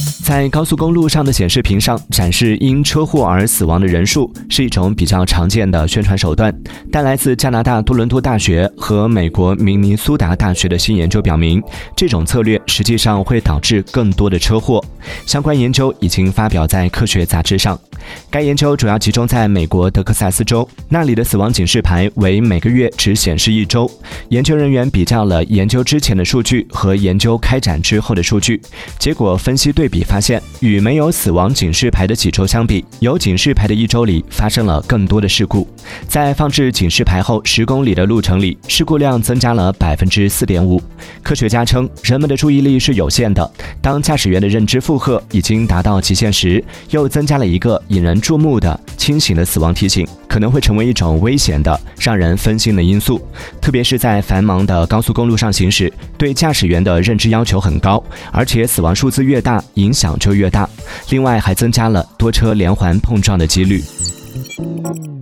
在高速公路上的显示屏上展示因车祸而死亡的人数是一种比较常见的宣传手段，但来自加拿大多伦多大学和美国明尼苏达大学的新研究表明，这种策略实际上会导致更多的车祸。相关研究已经发表在科学杂志上。该研究主要集中在美国德克萨斯州，那里的死亡警示牌为每个月只显示1周。研究人员比较了研究之前的数据和研究开展之后的数据，结果分析对比发现，与没有死亡警示牌的几周相比，有警示牌的1周里发生了更多的事故。在放置警示牌后10公里的路程里，事故量增加了 4.5%。科学家称，人们的注意力是有限的，当驾驶员的认知负荷已经达到极限时，又增加了一个引人注目的清醒的死亡提醒，可能会成为一种危险的让人分心的因素。特别是在繁忙的高速公路上行驶，对驾驶员的认知要求很高，而且死亡数字越大，影响就越大。另外还增加了多车连环碰撞的几率。